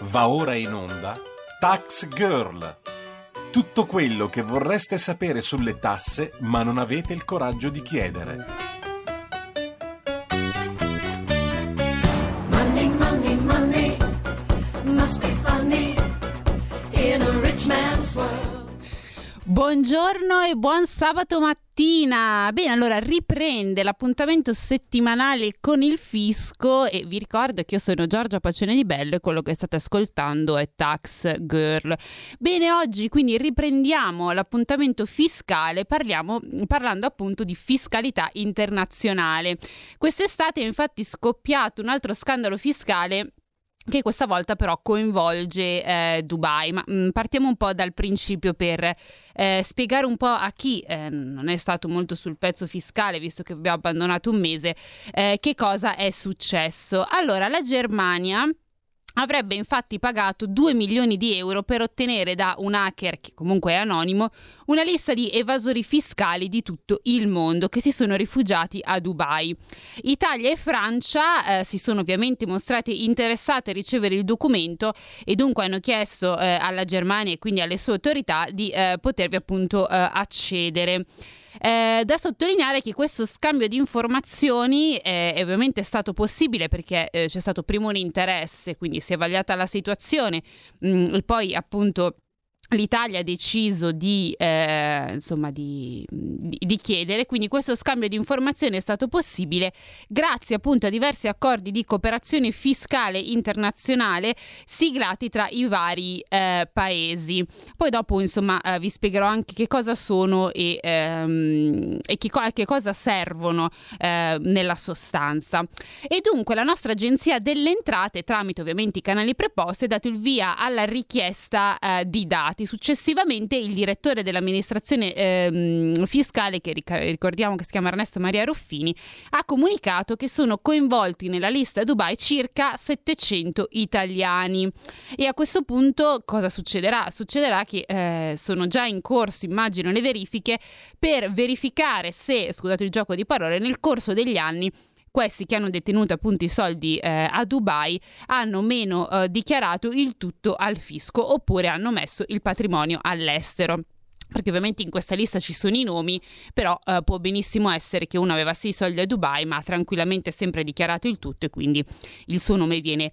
Va ora in onda Tax Girl. Tutto quello che vorreste sapere sulle tasse ma non avete il coraggio di chiedere. Money, money, money must be funny in a rich man's world. Buongiorno e buon sabato mattina. Bene, allora riprende l'appuntamento settimanale con il fisco e vi ricordo che io sono Giorgia Pacione di Bello e quello che state ascoltando è Tax Girl. Bene, oggi quindi riprendiamo l'appuntamento fiscale, parlando appunto di fiscalità internazionale. Quest'estate è infatti scoppiato un altro scandalo fiscale che questa volta però coinvolge Dubai, ma partiamo un po' dal principio per spiegare un po' a chi non è stato molto sul pezzo fiscale, visto che abbiamo abbandonato un mese, che cosa è successo. Allora, la Germania avrebbe infatti pagato 2 milioni di euro per ottenere da un hacker, che comunque è anonimo, una lista di evasori fiscali di tutto il mondo che si sono rifugiati a Dubai. Italia e Francia si sono ovviamente mostrate interessate a ricevere il documento e dunque hanno chiesto alla Germania e quindi alle sue autorità di potervi appunto accedere. Da sottolineare che questo scambio di informazioni è ovviamente stato possibile perché c'è stato prima un interesse, quindi si è vagliata la situazione, e poi appunto l'Italia ha deciso di chiedere, quindi questo scambio di informazioni è stato possibile grazie appunto a diversi accordi di cooperazione fiscale internazionale siglati tra i vari paesi. Poi dopo vi spiegherò anche che cosa sono e che cosa servono nella sostanza. E dunque la nostra agenzia delle entrate, tramite ovviamente i canali preposti, ha dato il via alla richiesta di dati. Successivamente il direttore dell'amministrazione fiscale, che ricordiamo che si chiama Ernesto Maria Ruffini, ha comunicato che sono coinvolti nella lista Dubai circa 700 italiani. E a questo punto cosa succederà? Succederà che sono già in corso, immagino, le verifiche per verificare se, scusate il gioco di parole, nel corso degli anni questi che hanno detenuto appunto i soldi a Dubai hanno meno dichiarato il tutto al fisco oppure hanno messo il patrimonio all'estero. Perché ovviamente in questa lista ci sono i nomi, però può benissimo essere che uno aveva sì i soldi a Dubai ma ha tranquillamente sempre dichiarato il tutto e quindi il suo nome viene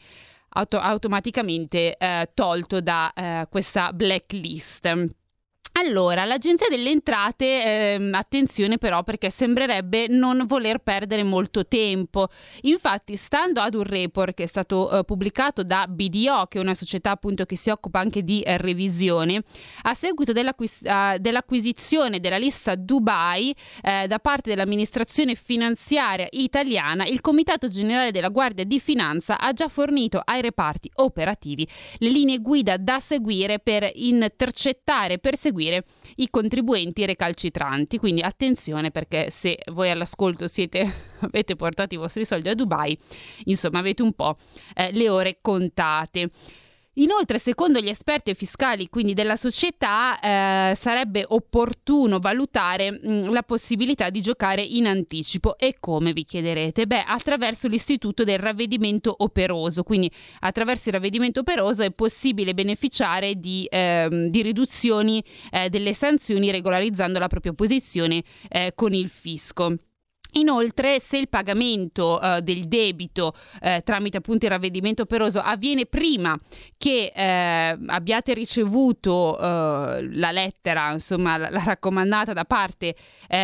automaticamente tolto da questa blacklist. Allora, l'Agenzia delle Entrate, attenzione però perché sembrerebbe non voler perdere molto tempo. Infatti, stando ad un report che è stato pubblicato da BDO, che è una società appunto che si occupa anche di revisione, a seguito dell'acquisizione della lista Dubai da parte dell'amministrazione finanziaria italiana, il Comitato Generale della Guardia di Finanza ha già fornito ai reparti operativi le linee guida da seguire per intercettare e perseguire i contribuenti recalcitranti. Quindi attenzione, perché se voi all'ascolto avete portato i vostri soldi a Dubai, insomma avete un po' le ore contate. Inoltre, secondo gli esperti fiscali quindi della società, sarebbe opportuno valutare la possibilità di giocare in anticipo. E come, vi chiederete? Beh, attraverso l'istituto del ravvedimento operoso. Quindi attraverso il ravvedimento operoso è possibile beneficiare di riduzioni delle sanzioni regolarizzando la propria posizione con il fisco. Inoltre, se il pagamento del debito tramite appunto il ravvedimento operoso avviene prima che abbiate ricevuto la lettera, insomma la raccomandata da parte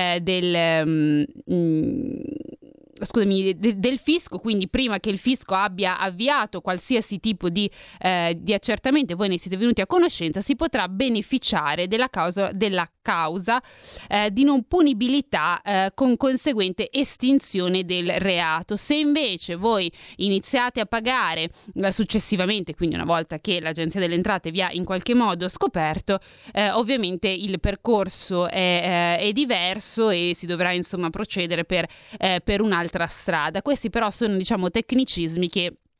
del fisco, quindi prima che il fisco abbia avviato qualsiasi tipo di accertamento e voi ne siete venuti a conoscenza, si potrà beneficiare della causa di non punibilità con conseguente estinzione del reato. Se invece voi iniziate a pagare successivamente, quindi una volta che l'Agenzia delle Entrate vi ha in qualche modo scoperto, ovviamente il percorso è diverso e si dovrà insomma procedere per un'altra strada. Questi però sono tecnicismi che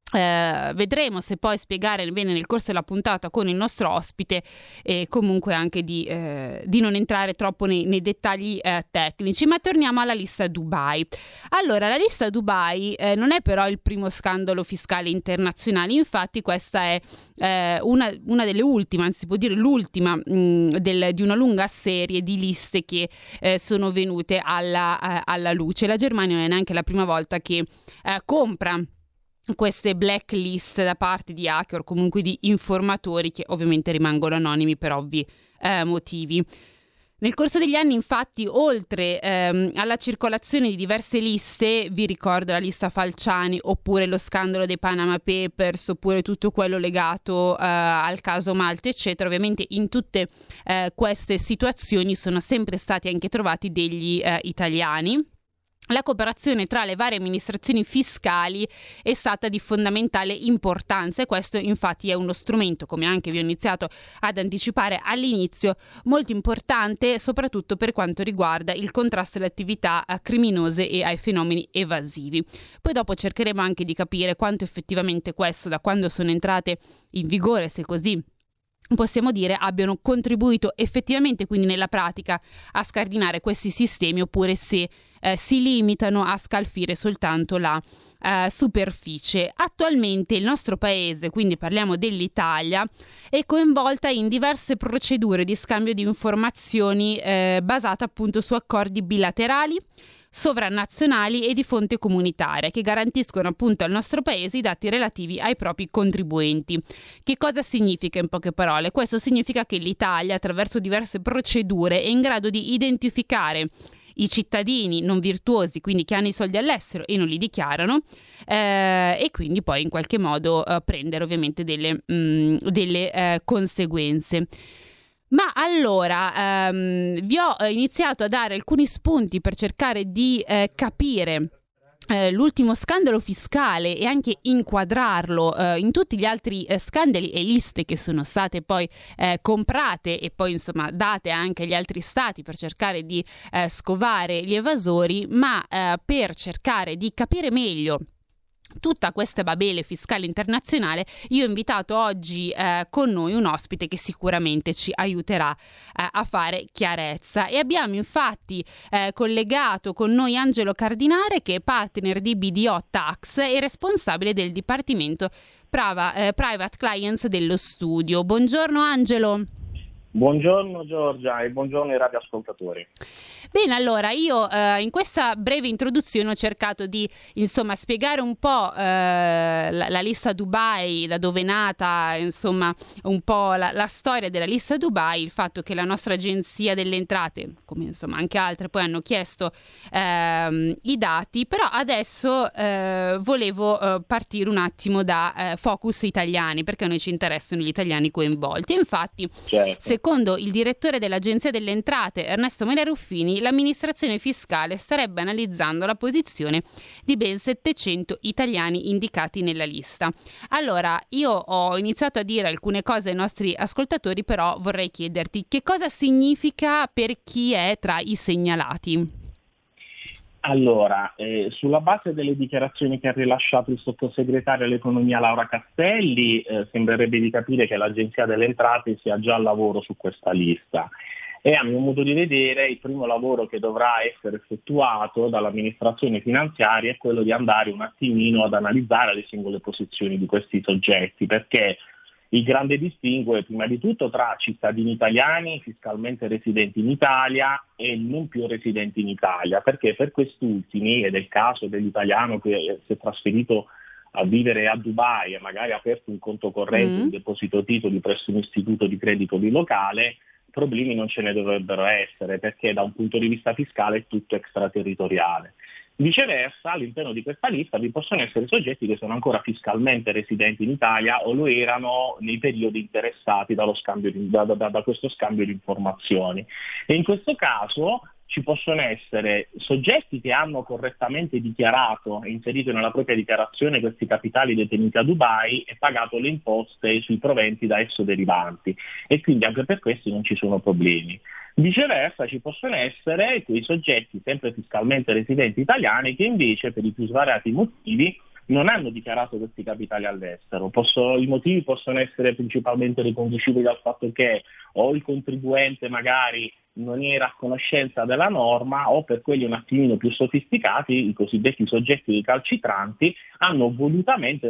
Vedremo se poi spiegare bene nel corso della puntata con il nostro ospite, e comunque anche di non entrare troppo nei dettagli tecnici. Ma torniamo alla lista Dubai. Allora, la lista Dubai non è però il primo scandalo fiscale internazionale. Infatti questa è una delle ultime, anzi si può dire l'ultima di una lunga serie di liste che sono venute alla luce. La Germania non è neanche la prima volta che compra queste blacklist da parte di hacker o comunque di informatori che ovviamente rimangono anonimi per ovvi motivi. Nel corso degli anni, infatti, oltre alla circolazione di diverse liste, vi ricordo la lista Falciani oppure lo scandalo dei Panama Papers oppure tutto quello legato al caso Malta, eccetera, ovviamente in tutte queste situazioni sono sempre stati anche trovati degli italiani. La cooperazione tra le varie amministrazioni fiscali è stata di fondamentale importanza e questo infatti è uno strumento, come anche vi ho iniziato ad anticipare all'inizio, molto importante soprattutto per quanto riguarda il contrasto alle attività criminose e ai fenomeni evasivi. Poi dopo cercheremo anche di capire quanto effettivamente questo, da quando sono entrate in vigore, se così possiamo dire, abbiano contribuito effettivamente quindi nella pratica a scardinare questi sistemi oppure se si limitano a scalfire soltanto la superficie. Attualmente il nostro paese, quindi parliamo dell'Italia, è coinvolta in diverse procedure di scambio di informazioni basate appunto su accordi bilaterali, sovranazionali e di fonte comunitaria che garantiscono appunto al nostro paese i dati relativi ai propri contribuenti. Che cosa significa in poche parole? Questo significa che l'Italia, attraverso diverse procedure, è in grado di identificare i cittadini non virtuosi, quindi che hanno i soldi all'estero e non li dichiarano, e quindi poi in qualche modo prendere ovviamente delle conseguenze. Ma allora vi ho iniziato a dare alcuni spunti per cercare di capire l'ultimo scandalo fiscale e anche inquadrarlo in tutti gli altri scandali e liste che sono state poi comprate e poi insomma date anche agli altri stati per cercare di scovare gli evasori, ma per cercare di capire meglio tutta questa babele fiscale internazionale, io ho invitato oggi con noi un ospite che sicuramente ci aiuterà a fare chiarezza e abbiamo infatti collegato con noi Angelo Cardinare, che è partner di BDO Tax e responsabile del Dipartimento Private Clients dello studio. Buongiorno Angelo. Buongiorno Giorgia e buongiorno ai radioascoltatori. Bene, allora io in questa breve introduzione ho cercato di insomma spiegare un po' la lista Dubai, da dove è nata, insomma un po' la storia della lista Dubai, il fatto che la nostra agenzia delle entrate, come insomma anche altre, poi hanno chiesto i dati, però adesso volevo partire un attimo da focus italiani, perché a noi ci interessano gli italiani coinvolti. E infatti, Certo. Secondo il direttore dell'Agenzia delle Entrate, Ernesto Maria Ruffini, l'amministrazione fiscale starebbe analizzando la posizione di ben 700 italiani indicati nella lista. Allora, io ho iniziato a dire alcune cose ai nostri ascoltatori, però vorrei chiederti che cosa significa per chi è tra i segnalati? Allora, sulla base delle dichiarazioni che ha rilasciato il sottosegretario all'economia Laura Castelli, sembrerebbe di capire che l'Agenzia delle Entrate sia già al lavoro su questa lista. E a mio modo di vedere il primo lavoro che dovrà essere effettuato dall'amministrazione finanziaria è quello di andare un attimino ad analizzare le singole posizioni di questi soggetti, perché il grande distinguo è prima di tutto tra cittadini italiani fiscalmente residenti in Italia e non più residenti in Italia, perché per quest'ultimi, ed è il caso dell'italiano che si è trasferito a vivere a Dubai e magari ha aperto un conto corrente, un deposito titoli presso un istituto di credito bilocale, problemi non ce ne dovrebbero essere, perché da un punto di vista fiscale è tutto extraterritoriale. Viceversa, all'interno di questa lista vi possono essere soggetti che sono ancora fiscalmente residenti in Italia o lo erano nei periodi interessati da questo scambio di informazioni. E in questo caso ci possono essere soggetti che hanno correttamente dichiarato e inserito nella propria dichiarazione questi capitali detenuti a Dubai e pagato le imposte sui proventi da esso derivanti, e quindi anche per questi non ci sono problemi. Viceversa ci possono essere quei soggetti sempre fiscalmente residenti italiani che invece per i più svariati motivi non hanno dichiarato questi capitali all'estero. I motivi possono essere principalmente riconducibili al fatto che o il contribuente magari non era a conoscenza della norma, o per quelli un attimino più sofisticati, i cosiddetti soggetti recalcitranti, hanno voluto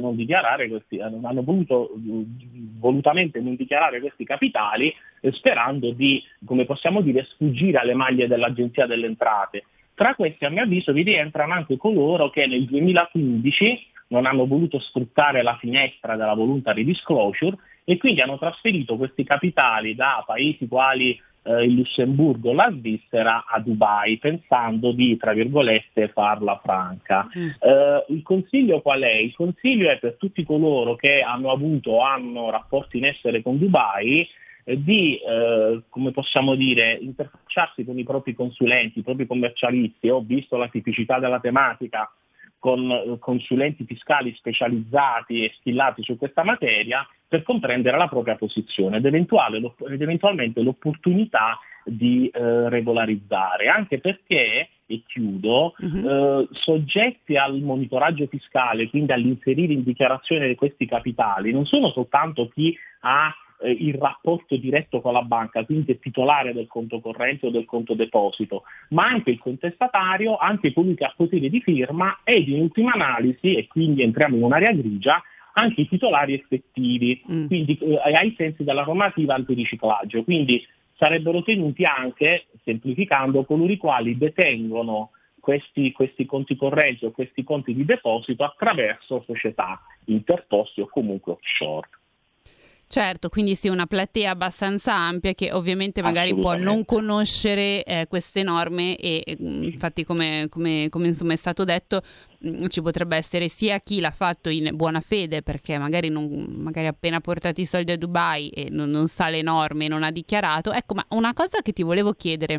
volutamente non dichiarare questi capitali, sperando di, come possiamo dire, sfuggire alle maglie dell'Agenzia delle Entrate. Tra questi, a mio avviso, vi rientrano anche coloro che nel 2015 non hanno voluto sfruttare la finestra della voluntary disclosure e quindi hanno trasferito questi capitali da paesi quali il Lussemburgo, la Svizzera, a Dubai, pensando di, tra virgolette, farla franca. Il consiglio qual è? Il consiglio è per tutti coloro che hanno avuto o hanno rapporti in essere con Dubai di, come possiamo dire, interfacciarsi con i propri consulenti, i propri commercialisti. Ho visto la tipicità della tematica con consulenti fiscali specializzati e skillati su questa materia per comprendere la propria posizione ed eventualmente l'opportunità di regolarizzare, anche perché, e chiudo, soggetti al monitoraggio fiscale, quindi all'inserire in dichiarazione questi capitali, non sono soltanto chi ha il rapporto diretto con la banca, quindi il titolare del conto corrente o del conto deposito, ma anche il contestatario, anche colui che ha potere di firma ed in ultima analisi, e quindi entriamo in un'area grigia, anche i titolari effettivi, quindi ai sensi della normativa antiriciclaggio. Quindi sarebbero tenuti anche, semplificando, coloro i quali detengono questi conti correnti o questi conti di deposito attraverso società interposte o comunque offshore. Certo, quindi sì, una platea abbastanza ampia che ovviamente magari può non conoscere queste norme e infatti come insomma è stato detto ci potrebbe essere sia chi l'ha fatto in buona fede perché magari appena portato i soldi a Dubai e non sa le norme, non ha dichiarato. Ecco, ma una cosa che ti volevo chiedere,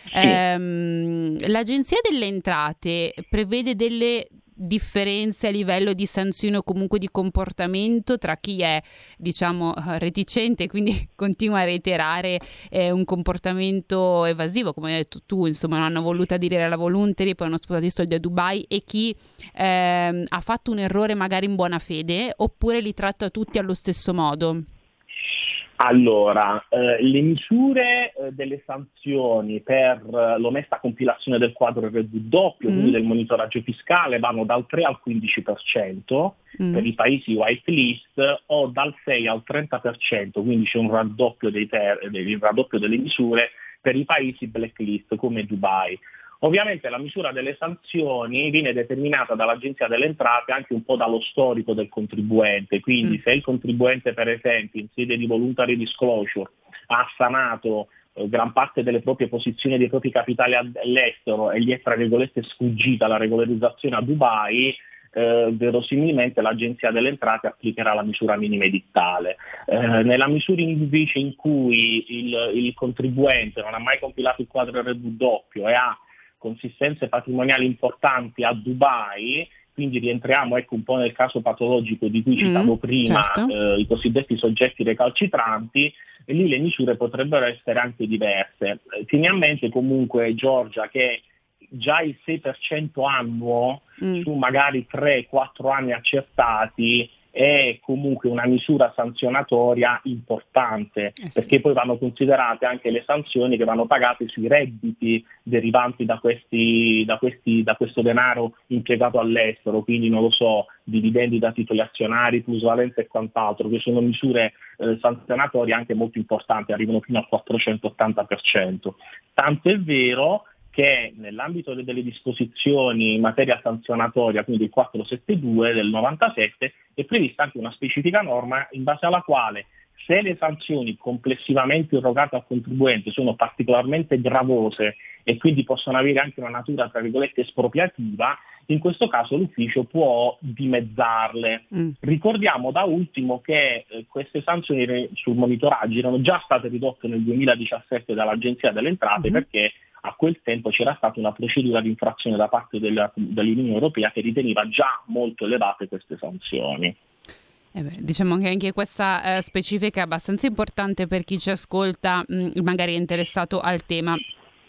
l'Agenzia delle Entrate prevede delle differenze a livello di sanzione o comunque di comportamento tra chi è, diciamo, reticente e quindi continua a reiterare un comportamento evasivo, come hai detto tu, insomma, non hanno voluto aderire alla voluntary, poi hanno spostato i soldi a Dubai, e chi ha fatto un errore magari in buona fede, oppure li tratta tutti allo stesso modo? Allora, le misure delle sanzioni per l'onesta compilazione del quadro RW, quindi del monitoraggio fiscale, vanno dal 3 al 15% per i paesi whitelist o dal 6 al 30%, quindi c'è un raddoppio il raddoppio delle misure per i paesi blacklist come Dubai. Ovviamente la misura delle sanzioni viene determinata dall'Agenzia delle Entrate anche un po' dallo storico del contribuente, quindi se il contribuente per esempio in sede di voluntary disclosure ha sanato gran parte delle proprie posizioni dei propri capitali all'estero e gli è tra virgolette sfuggita la regolarizzazione a Dubai, verosimilmente l'Agenzia delle Entrate applicherà la misura minima edittale. Nella misura invece in cui il contribuente non ha mai compilato il quadro RW e ha consistenze patrimoniali importanti a Dubai, quindi rientriamo un po' nel caso patologico di cui citavo prima, certo. I cosiddetti soggetti recalcitranti, e lì le misure potrebbero essere anche diverse. Tieni a mente comunque, Giorgia, che già il 6% annuo su magari 3-4 anni accertati è comunque una misura sanzionatoria importante, perché poi vanno considerate anche le sanzioni che vanno pagate sui redditi derivanti da questo denaro impiegato all'estero, quindi non lo so, dividendi da titoli azionari, plusvalenza e quant'altro, che sono misure sanzionatorie anche molto importanti, arrivano fino al 480%. Tanto è vero che nell'ambito delle disposizioni in materia sanzionatoria, quindi il 472 del 97, è prevista anche una specifica norma in base alla quale, se le sanzioni complessivamente erogate al contribuente sono particolarmente gravose e quindi possono avere anche una natura tra virgolette espropriativa, in questo caso l'ufficio può dimezzarle. Ricordiamo da ultimo che queste sanzioni sul monitoraggio erano già state ridotte nel 2017 dall'Agenzia delle Entrate perché a quel tempo c'era stata una procedura di infrazione da parte dell'Unione Europea che riteneva già molto elevate queste sanzioni. Diciamo che anche questa specifica è abbastanza importante per chi ci ascolta, magari è interessato al tema.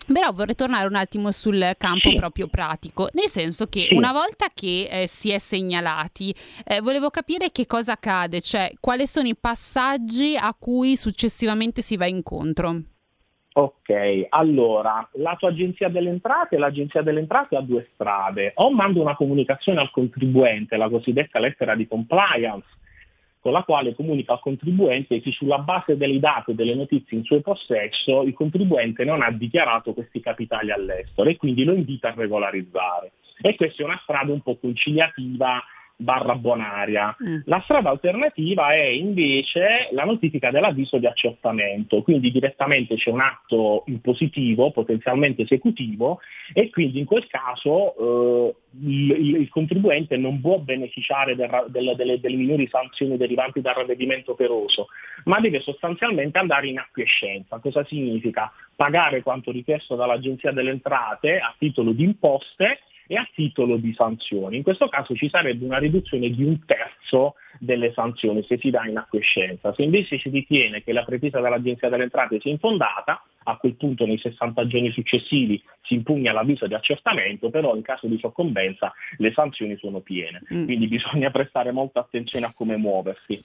Però vorrei tornare un attimo sul campo proprio pratico, nel senso che una volta che si è segnalati, volevo capire che cosa accade, cioè quali sono i passaggi a cui successivamente si va incontro. Ok, allora, lato Agenzia delle Entrate, l'Agenzia delle Entrate ha due strade: o manda una comunicazione al contribuente, la cosiddetta lettera di compliance, con la quale comunica al contribuente che sulla base dei dati e delle notizie in suo possesso il contribuente non ha dichiarato questi capitali all'estero e quindi lo invita a regolarizzare. E questa è una strada un po' conciliativa / bonaria. La strada alternativa è invece la notifica dell'avviso di accertamento, quindi direttamente c'è un atto impositivo, potenzialmente esecutivo, e quindi in quel caso il contribuente non può beneficiare delle minori sanzioni derivanti dal ravvedimento operoso, ma deve sostanzialmente andare in acquiescenza. Cosa significa? Pagare quanto richiesto dall'Agenzia delle Entrate a titolo di imposte e a titolo di sanzioni. In questo caso ci sarebbe una riduzione di 1/3 delle sanzioni se si dà in acquiescenza. Se invece si ritiene che la pretesa dall'Agenzia delle Entrate sia infondata, a quel punto nei 60 giorni successivi si impugna l'avviso di accertamento, però in caso di soccombenza le sanzioni sono piene. Quindi bisogna prestare molta attenzione a come muoversi.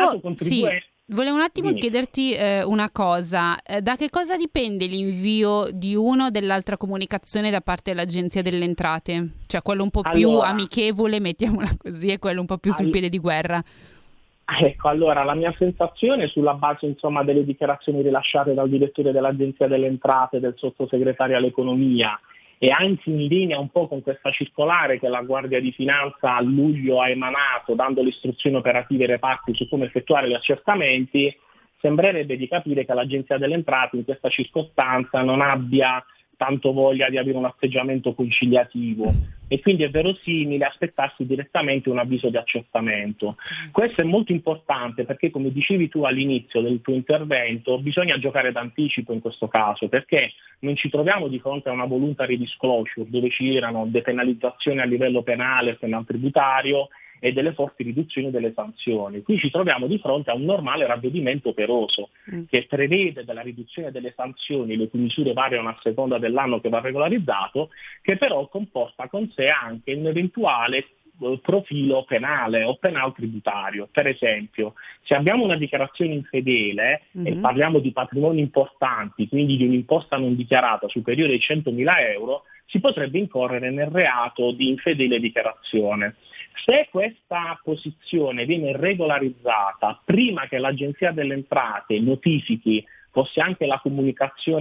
Volevo un attimo chiederti una cosa, da che cosa dipende l'invio di uno o dell'altra comunicazione da parte dell'Agenzia delle Entrate? Cioè quello un po' più amichevole, mettiamola così, e quello un po' più sul piede di guerra? Ecco, allora la mia sensazione sulla base insomma delle dichiarazioni rilasciate dal direttore dell'Agenzia delle Entrate, del sottosegretario all'economia, e anche in linea un po' con questa circolare che la Guardia di Finanza a luglio ha emanato, dando le istruzioni operative ai reparti su come effettuare gli accertamenti, sembrerebbe di capire che l'Agenzia delle Entrate in questa circostanza non abbia tanto voglia di avere un atteggiamento conciliativo e quindi è verosimile aspettarsi direttamente un avviso di accertamento. Questo è molto importante perché, come dicevi tu all'inizio del tuo intervento, bisogna giocare d'anticipo in questo caso, perché non ci troviamo di fronte a una voluntary disclosure dove ci erano depenalizzazioni a livello penale e penal tributario e delle forti riduzioni delle sanzioni. Qui ci troviamo di fronte a un normale ravvedimento operoso che prevede della riduzione delle sanzioni, le cui misure variano a seconda dell'anno che va regolarizzato, che però comporta con sé anche un eventuale profilo penale o penal tributario. Per esempio, se abbiamo una dichiarazione infedele e parliamo di patrimoni importanti, quindi di un'imposta non dichiarata superiore ai 100.000 euro, si potrebbe incorrere nel reato di infedele dichiarazione. Se questa posizione viene regolarizzata prima che l'Agenzia delle Entrate notifichi fosse anche la comunicazione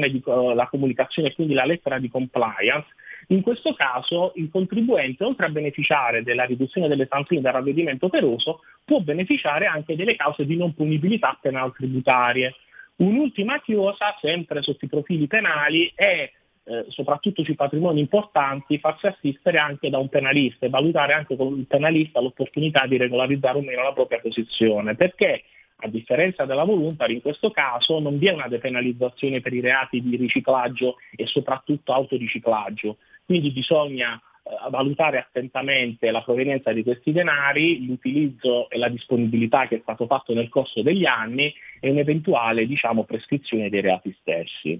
e quindi la lettera di compliance, in questo caso il contribuente, oltre a beneficiare della riduzione delle sanzioni da ravvedimento operoso, può beneficiare anche delle cause di non punibilità penali tributarie. Un'ultima chiosa, sempre sotto i profili penali, è soprattutto sui patrimoni importanti, farsi assistere anche da un penalista e valutare anche con il penalista l'opportunità di regolarizzare o meno la propria posizione, perché a differenza della voluntary in questo caso non vi è una depenalizzazione per i reati di riciclaggio e soprattutto autoriciclaggio, quindi bisogna valutare attentamente la provenienza di questi denari, l'utilizzo e la disponibilità che è stato fatto nel corso degli anni e un'eventuale prescrizione dei reati stessi.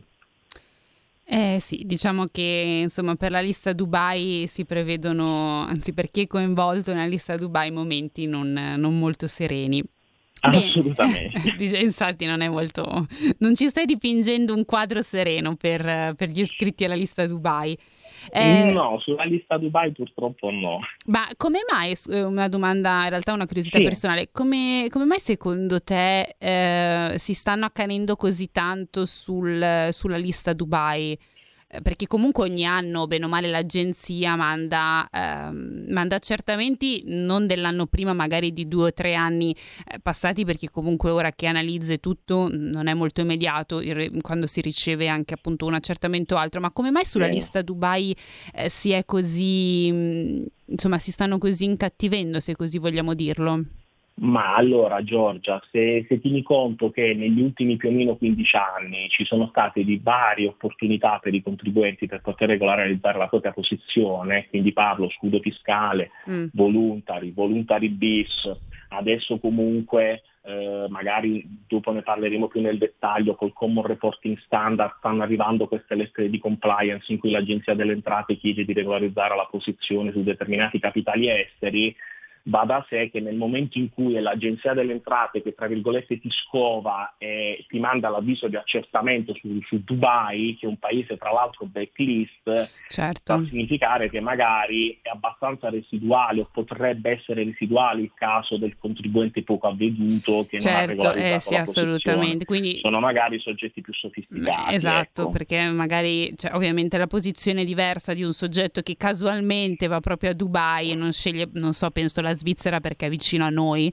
Sì, diciamo che insomma per la lista Dubai si prevedono, anzi per chi è coinvolto nella lista Dubai, momenti non molto sereni. Assolutamente. Infatti non ci stai dipingendo un quadro sereno per gli iscritti alla lista Dubai. No, sulla lista Dubai purtroppo no. Ma come mai, una domanda, in realtà una curiosità personale, come mai secondo te si stanno accanendo così tanto sulla lista Dubai? Perché comunque ogni anno, bene o male, l'agenzia manda accertamenti non dell'anno prima, magari di 2 o 3 anni passati, perché comunque ora che analizzi tutto non è molto immediato quando si riceve anche appunto un accertamento o altro. Ma come mai sulla lista Dubai si è così, si stanno così incattivendo, se così vogliamo dirlo? Ma allora Giorgia, se tieni conto che negli ultimi più o meno 15 anni ci sono state di varie opportunità per i contribuenti per poter regolarizzare la propria posizione, quindi parlo scudo fiscale, voluntary bis, adesso comunque magari dopo ne parleremo più nel dettaglio, col Common Reporting Standard stanno arrivando queste lettere di compliance in cui l'Agenzia delle Entrate chiede di regolarizzare la posizione su determinati capitali esteri. Va da sé che nel momento in cui è l'Agenzia delle Entrate che tra virgolette ti scova e ti manda l'avviso di accertamento su Dubai, che è un paese tra l'altro blacklist, certo, sta a significare che magari è abbastanza residuale o potrebbe essere residuale il caso del contribuente poco avveduto che non ha regolarizzato sì, la assolutamente. Quindi sono magari soggetti più sofisticati. Esatto, ecco. Perché magari ovviamente la posizione è diversa di un soggetto che casualmente va proprio a Dubai e non sceglie, non so, penso la Svizzera perché è vicino a noi,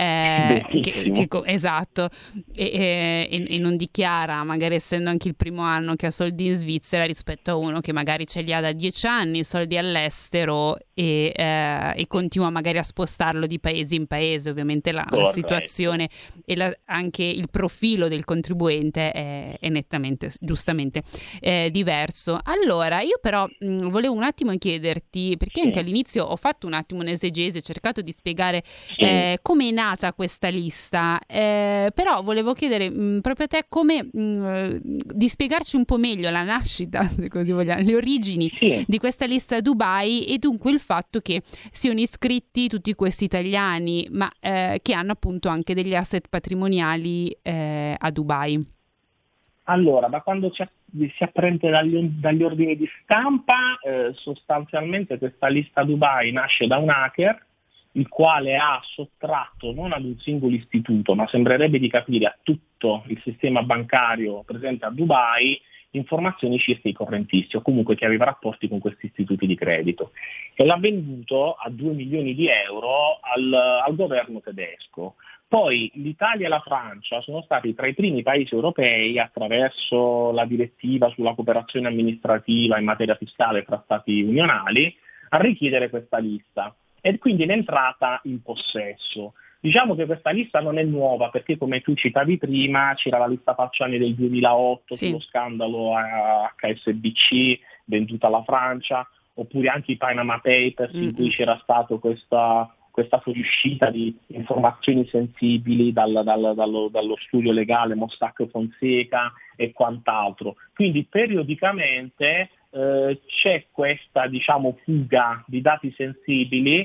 esatto, e non dichiara, magari essendo anche il primo anno che ha soldi in Svizzera, rispetto a uno che magari ce li ha da 10 anni, soldi all'estero e continua magari a spostarlo di paese in paese. Ovviamente la situazione e anche il profilo del contribuente è nettamente, giustamente diverso. Allora, io però volevo un attimo chiederti, perché anche all'inizio ho fatto un attimo un'esegesi, cercato di spiegare come è nata questa lista, però volevo chiedere proprio a te di spiegarci un po' meglio la nascita, se così vogliamo, le origini di questa lista Dubai e dunque il fatto che siano iscritti tutti questi italiani, ma che hanno appunto anche degli asset patrimoniali a Dubai. Allora, da quando si apprende dagli ordini di stampa, sostanzialmente questa lista Dubai nasce da un hacker il quale ha sottratto non ad un singolo istituto, ma sembrerebbe di capire a tutto il sistema bancario presente a Dubai, informazioni circa i correntisti o comunque che aveva rapporti con questi istituti di credito, e l'ha venduto a 2 milioni di euro al governo tedesco. Poi l'Italia e la Francia sono stati tra i primi paesi europei, attraverso la direttiva sulla cooperazione amministrativa in materia fiscale tra stati unionali, a richiedere questa lista. E quindi è entrata in possesso. Diciamo che questa lista non è nuova, perché come tu citavi prima c'era la lista Falciani del 2008 sullo scandalo HSBC venduta alla Francia, oppure anche i Panama Papers in cui c'era stato questa fuoriuscita di informazioni sensibili dallo studio legale Mossack Fonseca e quant'altro. Quindi periodicamente c'è questa, diciamo, fuga di dati sensibili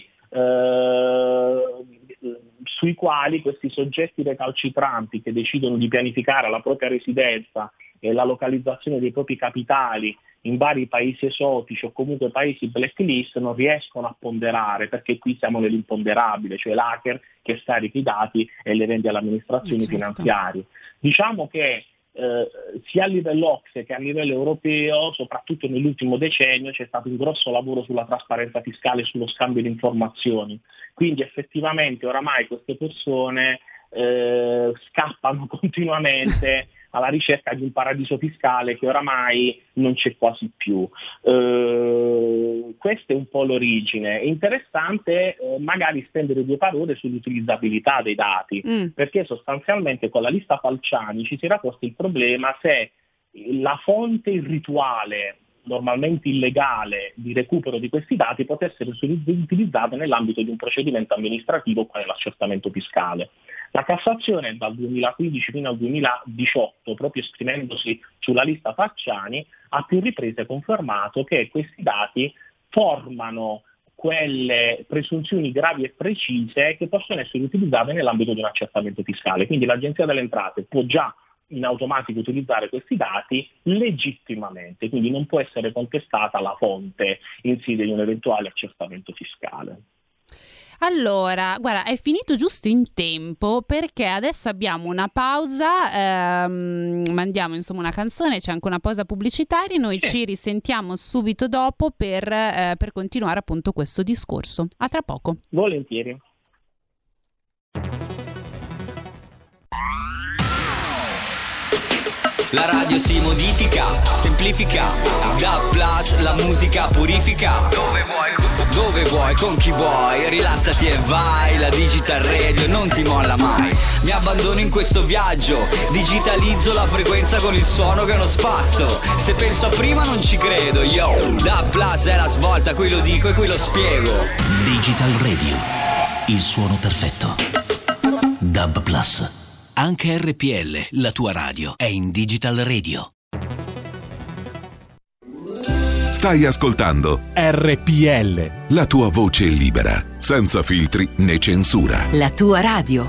sui quali questi soggetti recalcitranti che decidono di pianificare la propria residenza e la localizzazione dei propri capitali in vari paesi esotici o comunque paesi blacklist non riescono a ponderare, perché qui siamo nell'imponderabile, cioè l'hacker che scarica i dati e le vende alle amministrazioni finanziarie. Diciamo che sia a livello OCSE che a livello europeo, soprattutto nell'ultimo decennio, c'è stato un grosso lavoro sulla trasparenza fiscale e sullo scambio di informazioni. Quindi effettivamente oramai queste persone scappano continuamente alla ricerca di un paradiso fiscale che oramai non c'è quasi più. Questa è un po' l'origine. È interessante magari spendere 2 parole sull'utilizzabilità dei dati, perché sostanzialmente con la lista Falciani ci si era posto il problema se la fonte irrituale, normalmente illegale, di recupero di questi dati potesse essere utilizzata nell'ambito di un procedimento amministrativo quale l'accertamento fiscale. La Cassazione dal 2015 fino al 2018, proprio esprimendosi sulla lista Falciani, a più riprese confermato che questi dati formano quelle presunzioni gravi e precise che possono essere utilizzate nell'ambito di un accertamento fiscale. Quindi l'Agenzia delle Entrate può già in automatico utilizzare questi dati legittimamente, quindi non può essere contestata la fonte in sede di un eventuale accertamento fiscale. Allora, guarda, è finito giusto in tempo perché adesso abbiamo una pausa, mandiamo insomma una canzone, c'è anche una pausa pubblicitaria, noi ci risentiamo subito dopo per continuare appunto questo discorso. A tra poco. Volentieri. La radio si modifica, semplifica, da plus la musica purifica. Dove vuoi, con chi vuoi, rilassati e vai. La Digital Radio non ti molla mai. Mi abbandono in questo viaggio, digitalizzo la frequenza con il suono che è uno spasso. Se penso a prima non ci credo, yo. Da plus è la svolta, qui lo dico e qui lo spiego. Digital Radio, il suono perfetto. DAB+. Anche RPL, la tua radio, è in Digital Radio. Stai ascoltando RPL, la tua voce libera, senza filtri né censura. La tua radio.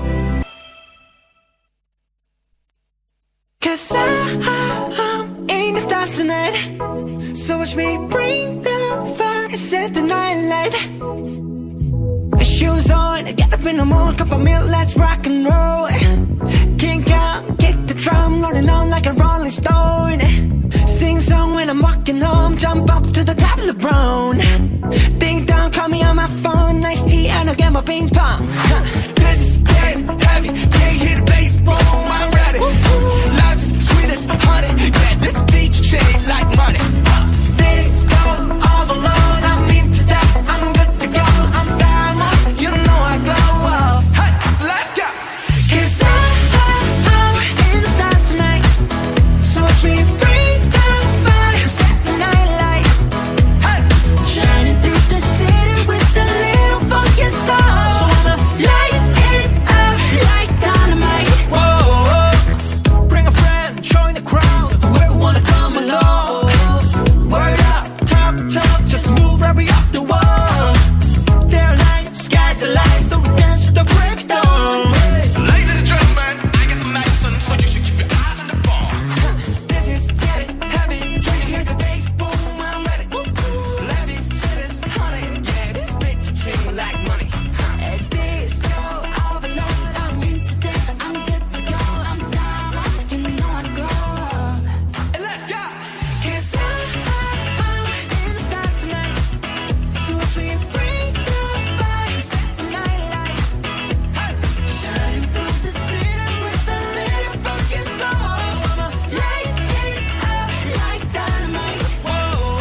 'Cause I'm in the stars tonight. So watch me bring the fire, set the night light. Shoes on, get up in the morning, cup of milk, let's rock and roll. Kink out, kick the drum, rolling on like a rolling stone. Sing song when I'm walking home, jump up to the top of the brown. Ding dong, call me on my phone, nice tea, and I'll get my ping pong. This is getting heavy, can't hear the bass, boom, I'm ready. Life is sweet as honey, yeah, this beat shade like money. This go all alone, I'm into that, I'm good to go, I'm diamond, you know I glow. Hey, so let's go. 'Cause I'm in the stars tonight, so watch me bring the fire, set the night light. Hey, shining through the city with a little funky soul. So I'ma light it up like dynamite. Whoa, bring a friend, join the crowd, whoever wanna come along. Word up, talk, just move right up the wall. Their light, sky's the light, so we dance to the breakdown. Ladies and gentlemen, I got the medicine, so you should keep your eyes on the ball. This is getting heavy, can you hear the bass boom? I'm ready. Levies, chitlins, honey, yeah, this bitch ching like money. And this go overload, I'm into that, I'm good to go, I'm down, you know I glow. And let's go. 'Cause I'm in the stars tonight, so watch me bring the fire, set the night light. Hey, shining through the city with a little funky soul. So I'ma light it up like dynamite. Whoa,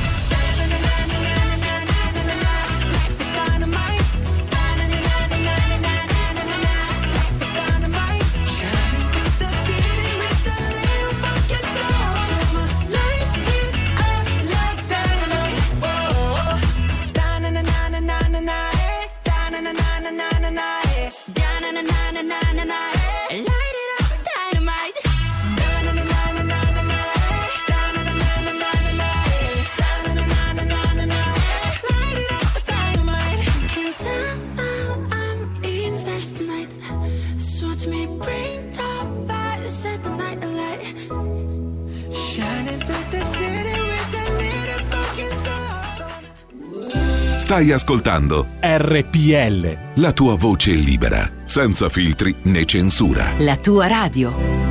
life is dynamite. Life is dynamite. Shining through the city with a little funky soul. So I'ma light it up like dynamite. Whoa, da-na-na-na-na-na-na, da-na-na-na-na-na-na, da-na-na-na-na-na-na, light it up, dynamite. Da-na-na-na-na-na-na, da-na-na-na-na-na-na, da-na-na-na-na-na-na, light it up, dynamite. 'Cause I'm in stars tonight, so watch me bring the fire, set the night alight. Shining through the city with a little fucking soul. Stai ascoltando RPL. la tua voce libera, senza filtri né censura. La tua radio.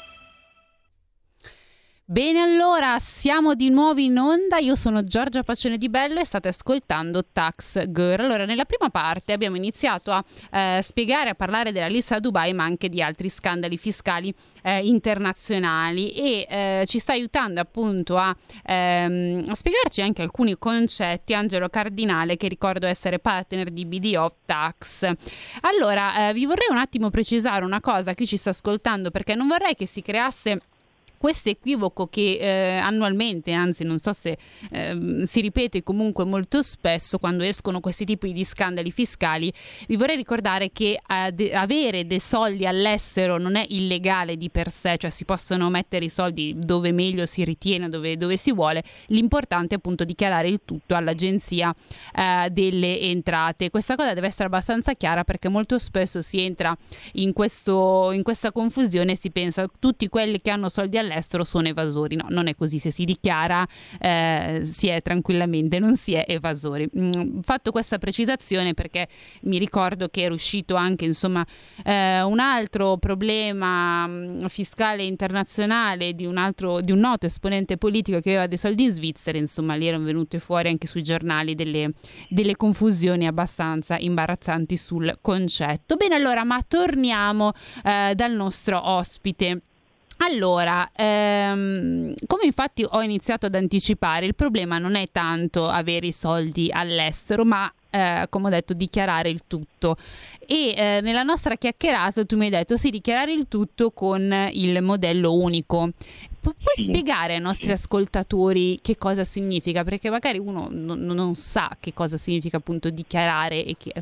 Bene, allora siamo di nuovo in onda. Io sono Giorgia Pacione Di Bello e state ascoltando Tax Girl. Allora, nella prima parte abbiamo iniziato a spiegare, a parlare della lista Dubai, ma anche di altri scandali fiscali internazionali, e ci sta aiutando appunto a spiegarci anche alcuni concetti Angelo Cardinale, che ricordo essere partner di BDO Tax. Allora, vi vorrei un attimo precisare una cosa a chi ci sta ascoltando, perché non vorrei che si creasse questo equivoco che annualmente, anzi non so se si ripete comunque molto spesso quando escono questi tipi di scandali fiscali. Vi vorrei ricordare che avere dei soldi all'estero non è illegale di per sé, cioè si possono mettere i soldi dove meglio si ritiene, dove si vuole. L'importante è appunto dichiarare il tutto all'Agenzia delle Entrate. Questa cosa deve essere abbastanza chiara, perché molto spesso si entra in questa confusione e si pensa tutti quelli che hanno soldi all'estero sono evasori. No, non è così. Se si dichiara si è tranquillamente, non si è evasori. Fatto questa precisazione, perché mi ricordo che era uscito anche un altro problema fiscale internazionale di un noto esponente politico che aveva dei soldi in Svizzera. Insomma, lì erano venute fuori anche sui giornali delle confusioni abbastanza imbarazzanti sul concetto. Bene, allora, ma torniamo dal nostro ospite. Allora, come infatti ho iniziato ad anticipare, il problema non è tanto avere i soldi all'estero, ma come ho detto, dichiarare il tutto. E nella nostra chiacchierata tu mi hai detto sì, dichiarare il tutto con il modello unico. Puoi spiegare ai nostri ascoltatori che cosa significa? Perché magari uno non sa che cosa significa appunto dichiarare, e che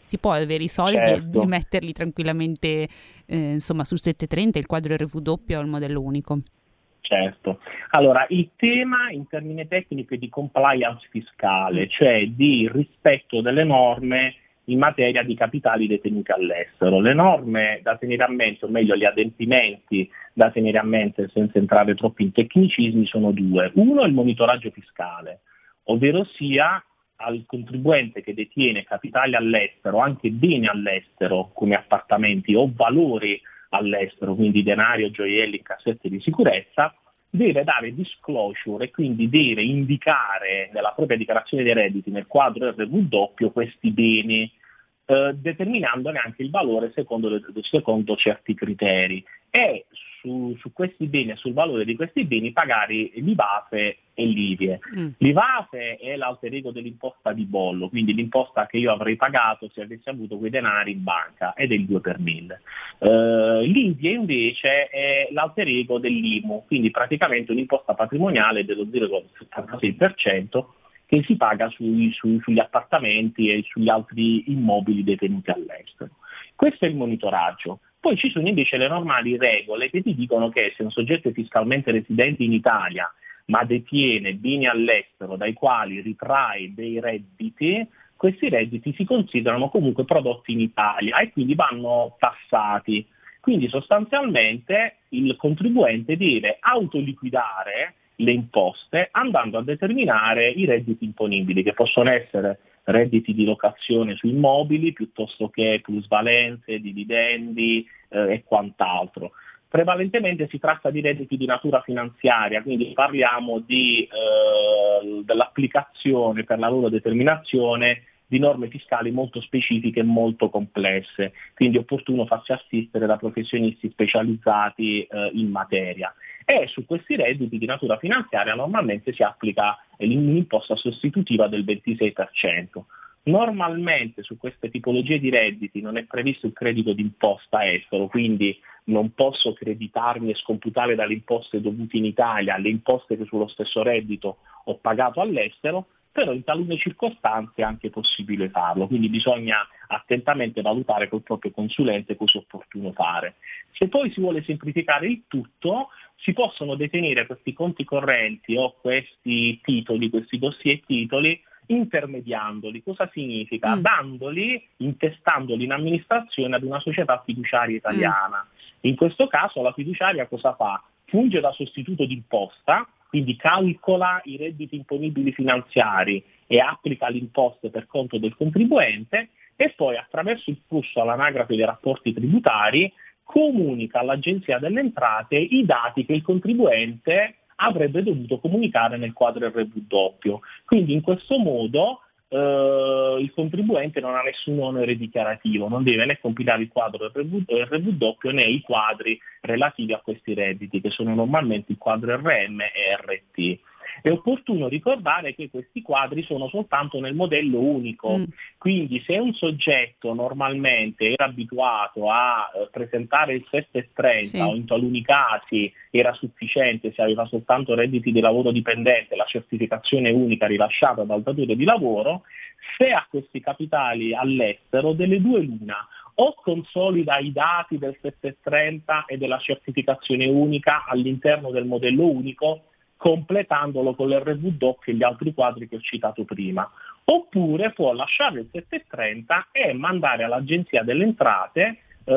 si può avere i soldi Certo. e metterli tranquillamente insomma sul 730, il quadro RW o il modello unico. Certo. Allora, il tema in termini tecnico è di compliance fiscale, cioè di rispetto delle norme in materia di capitali detenuti all'estero. Le norme da tenere a mente, o meglio gli adempimenti da tenere a mente senza entrare troppo in tecnicismi, sono due. Uno è il monitoraggio fiscale, ovvero sia al contribuente che detiene capitali all'estero, anche beni all'estero come appartamenti o valori all'estero, quindi denaro, gioielli, cassette di sicurezza, deve dare disclosure e quindi deve indicare nella propria dichiarazione dei redditi, nel quadro RW, questi beni, determinandone anche il valore secondo certi criteri, e su questi beni e sul valore di questi beni pagare l'IVAFE e l'IVIE. L'IVAFE è l'alter ego dell'imposta di bollo, quindi l'imposta che io avrei pagato se avessi avuto quei denari in banca, ed è il 2 per 1000. L'IVIE invece è l'alter ego dell'IMU, quindi praticamente un'imposta patrimoniale dello 0,76% che si paga sugli appartamenti e sugli altri immobili detenuti all'estero. Questo è il monitoraggio. Poi ci sono invece le normali regole che ti dicono che se un soggetto è fiscalmente residente in Italia ma detiene beni all'estero dai quali ritrae dei redditi, questi redditi si considerano comunque prodotti in Italia e quindi vanno tassati. Quindi sostanzialmente il contribuente deve autoliquidare le imposte andando a determinare i redditi imponibili, che possono essere redditi di locazione su immobili piuttosto che plusvalenze, dividendi e quant'altro. Prevalentemente si tratta di redditi di natura finanziaria, quindi parliamo dell'applicazione per la loro determinazione di norme fiscali molto specifiche e molto complesse, quindi è opportuno farsi assistere da professionisti specializzati in materia. E su questi redditi di natura finanziaria normalmente si applica un'imposta sostitutiva del 26%. Normalmente su queste tipologie di redditi non è previsto il credito d'imposta estero, quindi non posso creditarmi e scomputare dalle imposte dovute in Italia le imposte che sullo stesso reddito ho pagato all'estero, però in talune circostanze è anche possibile farlo, quindi bisogna attentamente valutare col proprio consulente cosa è opportuno fare. Se poi si vuole semplificare il tutto, si possono detenere questi conti correnti o questi titoli, questi dossier titoli, intermediandoli. Cosa significa? Intestandoli in amministrazione ad una società fiduciaria italiana. In questo caso la fiduciaria cosa fa? Funge da sostituto d'imposta, quindi calcola i redditi imponibili finanziari e applica le imposte per conto del contribuente, e poi attraverso il flusso all'anagrafe dei rapporti tributari comunica all'Agenzia delle Entrate i dati che il contribuente avrebbe dovuto comunicare nel quadro RW. Quindi in questo modo il contribuente non ha nessun onere dichiarativo, non deve né compilare il quadro RW né i quadri relativi a questi redditi, che sono normalmente il quadro RM e RT. È opportuno ricordare che questi quadri sono soltanto nel modello unico, quindi se un soggetto normalmente era abituato a presentare il 730 o in taluni casi era sufficiente se aveva soltanto redditi di lavoro dipendente, la certificazione unica rilasciata dal datore di lavoro, se ha questi capitali all'estero, delle due l'una: o consolida i dati del 730 e della certificazione unica all'interno del modello unico, completandolo con l'RW e gli altri quadri che ho citato prima, oppure può lasciare il 730 e mandare all'Agenzia delle Entrate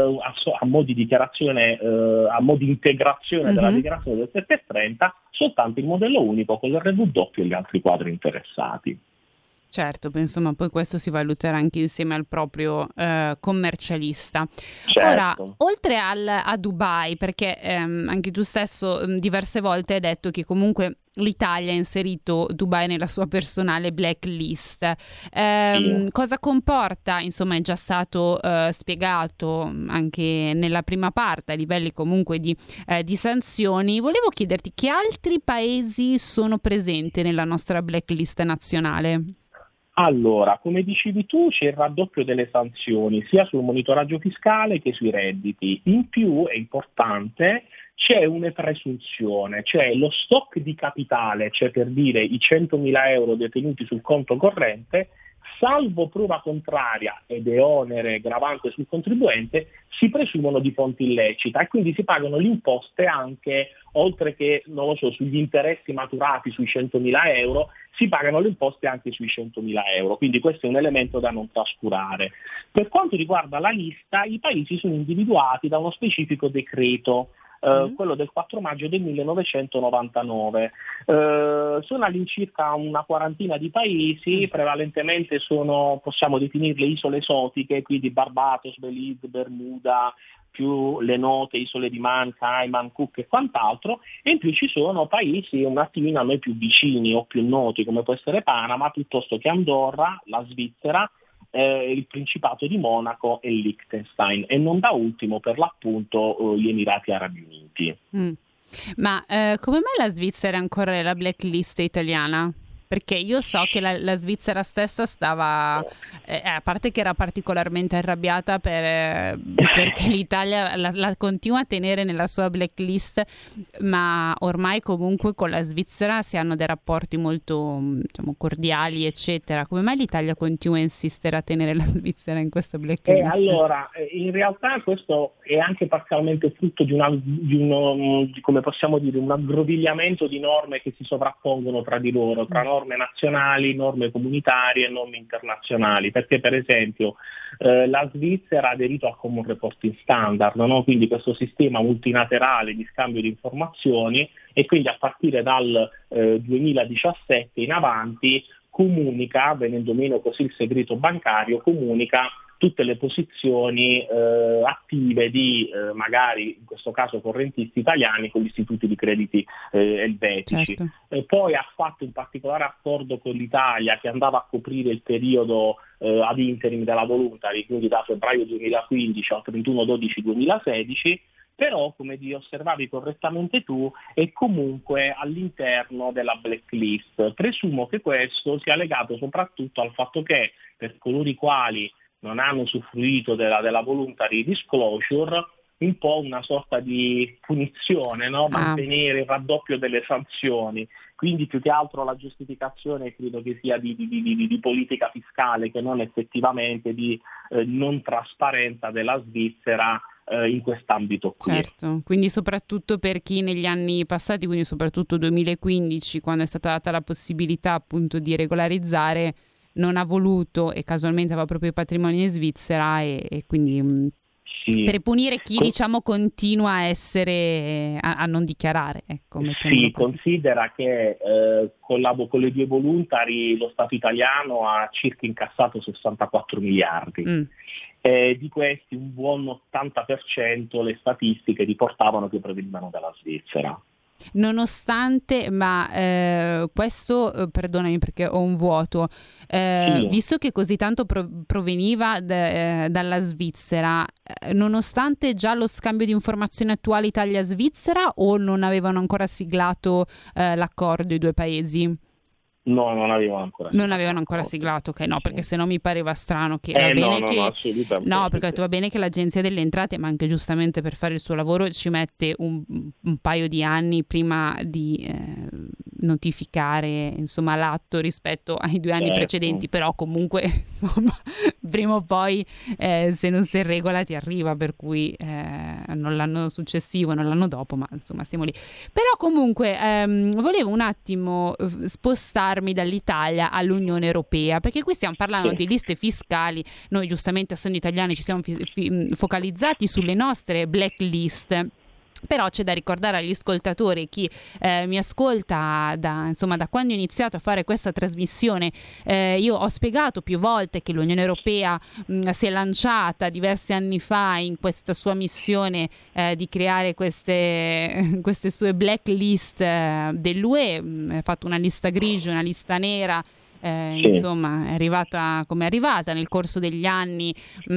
a mo' di dichiarazione, a mo' di integrazione della dichiarazione del 730, soltanto il modello unico con l'RW e gli altri quadri interessati. Certo, insomma, poi questo si valuterà anche insieme al proprio commercialista. Certo. Ora, oltre a Dubai, perché anche tu stesso diverse volte hai detto che comunque l'Italia ha inserito Dubai nella sua personale blacklist. Cosa comporta? Insomma, è già stato spiegato anche nella prima parte a livelli comunque di sanzioni. Volevo chiederti che altri paesi sono presenti nella nostra blacklist nazionale? Allora, come dicevi tu, c'è il raddoppio delle sanzioni sia sul monitoraggio fiscale che sui redditi. In più, è importante, c'è una presunzione, cioè lo stock di capitale, cioè per dire i 100.000 euro detenuti sul conto corrente, salvo prova contraria ed è onere gravante sul contribuente, si presumono di fonte illecita e quindi si pagano le imposte anche, oltre che, non lo so, sugli interessi maturati sui 100.000 euro, si pagano le imposte anche sui 100.000 euro, quindi questo è un elemento da non trascurare. Per quanto riguarda la lista, i paesi sono individuati da uno specifico decreto, quello del 4 maggio del 1999. Sono all'incirca una quarantina di paesi, prevalentemente sono, possiamo definirle isole esotiche, quindi Barbados, Belize, Bermuda, più le note isole di Man, Cayman, Cook e quant'altro, e in più ci sono paesi un attimino a noi più vicini o più noti, come può essere Panama, piuttosto che Andorra, la Svizzera, il Principato di Monaco e Liechtenstein, e non da ultimo per l'appunto gli Emirati Arabi Uniti. Ma come mai la Svizzera è ancora nella blacklist italiana? Perché io so che la Svizzera stessa stava, a parte che era particolarmente arrabbiata perché l'Italia la continua a tenere nella sua blacklist, ma ormai comunque con la Svizzera si hanno dei rapporti molto, diciamo, cordiali, eccetera. Come mai l'Italia continua a insistere a tenere la Svizzera in questa blacklist? Allora, in realtà questo è anche parzialmente frutto di come possiamo dire, un aggrovigliamento di norme che si sovrappongono tra di loro, tra norme nazionali, norme comunitarie e norme internazionali, perché per esempio la Svizzera ha aderito al Common Reporting Standard, no? Quindi questo sistema multilaterale di scambio di informazioni, e quindi a partire dal 2017 in avanti comunica, venendo meno così il segreto bancario, comunica tutte le posizioni attive di magari in questo caso correntisti italiani con gli istituti di crediti elvetici. Certo. Poi ha fatto un particolare accordo con l'Italia che andava a coprire il periodo ad interim della voluntary, quindi da febbraio 2015 al 31/12/2016, però come osservavi correttamente tu è comunque all'interno della blacklist. Presumo che questo sia legato soprattutto al fatto che per coloro i quali non hanno usufruito della voluntary disclosure, un po' una sorta di punizione, no? Mantenere il raddoppio delle sanzioni. Quindi più che altro la giustificazione credo che sia di politica fiscale, che non effettivamente di non trasparenza della Svizzera in quest'ambito qui. Certo, quindi soprattutto per chi negli anni passati, quindi soprattutto 2015, quando è stata data la possibilità appunto di regolarizzare, non ha voluto e casualmente aveva proprio i patrimoni in Svizzera e quindi sì. Per punire chi diciamo continua a essere a non dichiarare, ecco. Sì, considera che con le due voluntary lo Stato italiano ha circa incassato 64 miliardi. Di questi un buon 80% le statistiche riportavano che provenivano dalla Svizzera. Nonostante, ma questo, perdonami perché ho un vuoto, sì. Visto che così tanto proveniva dalla Svizzera, nonostante già lo scambio di informazioni attuale Italia-Svizzera, o non avevano ancora siglato l'accordo i due paesi? No, non avevano ancora siglato. Non avevano ancora siglato, ok, no, perché sennò mi pareva strano che assolutamente. No, perché va bene che l'Agenzia delle Entrate, ma anche giustamente per fare il suo lavoro, ci mette un paio di anni prima di notificare, insomma, l'atto rispetto ai 2 anni precedenti, però comunque, insomma, prima o poi se non si regola ti arriva, per cui non l'anno successivo, non l'anno dopo, ma insomma siamo lì. Però comunque volevo un attimo spostarmi dall'Italia all'Unione Europea, perché qui stiamo parlando di liste fiscali. Noi giustamente, essendo italiani, ci siamo focalizzati sulle nostre blacklist. Però c'è da ricordare agli ascoltatori, chi mi ascolta da quando ho iniziato a fare questa trasmissione, io ho spiegato più volte che l'Unione Europea si è lanciata diversi anni fa in questa sua missione di creare queste sue blacklist dell'UE, ha fatto una lista grigia, una lista nera. Insomma, è arrivata come è arrivata nel corso degli anni,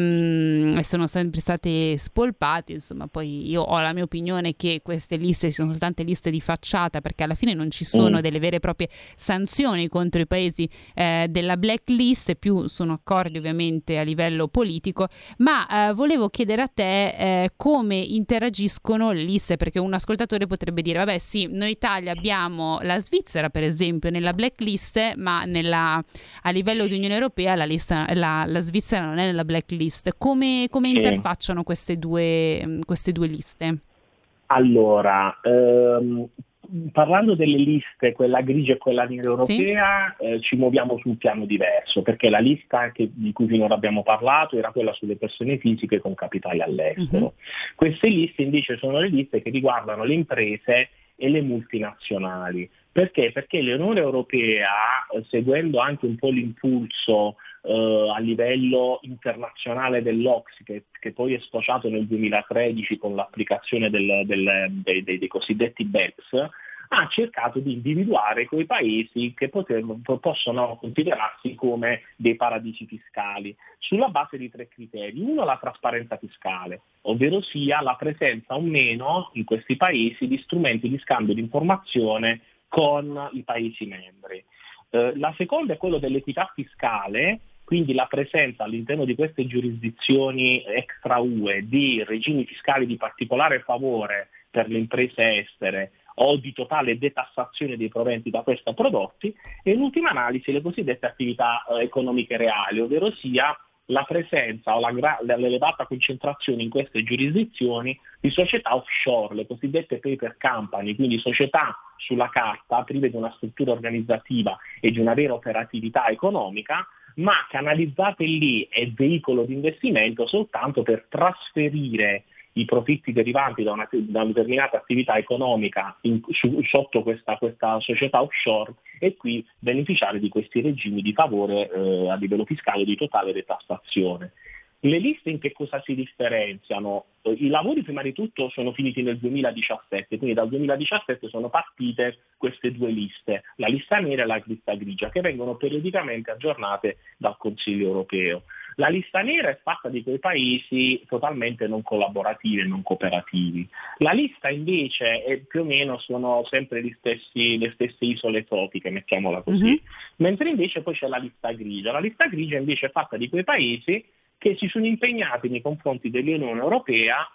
sono sempre state spolpate. Insomma, poi io ho la mia opinione che queste liste sono soltanto liste di facciata, perché alla fine non ci sono delle vere e proprie sanzioni contro i paesi della blacklist, più sono accordi ovviamente a livello politico. Ma volevo chiedere a te come interagiscono le liste, perché un ascoltatore potrebbe dire: vabbè, sì, noi Italia abbiamo la Svizzera per esempio nella blacklist, ma nella a livello di Unione Europea la Svizzera non è nella blacklist. Come interfacciano queste due liste? Allora, parlando delle liste, quella grigia e quella nera europea, ci muoviamo su un piano diverso, perché la lista di cui finora abbiamo parlato era quella sulle persone fisiche con capitali all'estero. Queste liste invece sono le liste che riguardano le imprese e le multinazionali. Perché? Perché l'Unione Europea, seguendo anche un po' l'impulso a livello internazionale dell'Ocse, che poi è sfociato nel 2013 con l'applicazione dei cosiddetti BEPS, ha cercato di individuare quei paesi che possono considerarsi come dei paradisi fiscali, sulla base di 3 criteri. Uno, la trasparenza fiscale, ovvero sia la presenza o meno in questi paesi di strumenti di scambio di informazione con i paesi membri. La seconda è quello dell'equità fiscale, quindi la presenza all'interno di queste giurisdizioni extra UE di regimi fiscali di particolare favore per le imprese estere o di totale detassazione dei proventi da questi prodotti, e in ultima analisi le cosiddette attività economiche reali, ovvero sia la presenza o l'elevata concentrazione in queste giurisdizioni di società offshore, le cosiddette paper company, quindi società sulla carta prive di una struttura organizzativa e di una vera operatività economica, ma canalizzate lì e veicolo di investimento soltanto per trasferire i profitti derivanti da una determinata attività economica sotto questa società offshore, e qui beneficiare di questi regimi di favore a livello fiscale di totale detassazione. Le liste in che cosa si differenziano? I lavori prima di tutto sono finiti nel 2017, quindi dal 2017 sono partite queste 2 liste, la lista nera e la lista grigia, che vengono periodicamente aggiornate dal Consiglio europeo. La lista nera è fatta di quei paesi totalmente non collaborativi e non cooperativi. La lista invece è più o meno sono sempre le stesse isole tropiche, mettiamola così. Mentre invece poi c'è la lista grigia. La lista grigia invece è fatta di quei paesi che si sono impegnati nei confronti dell'Unione Europea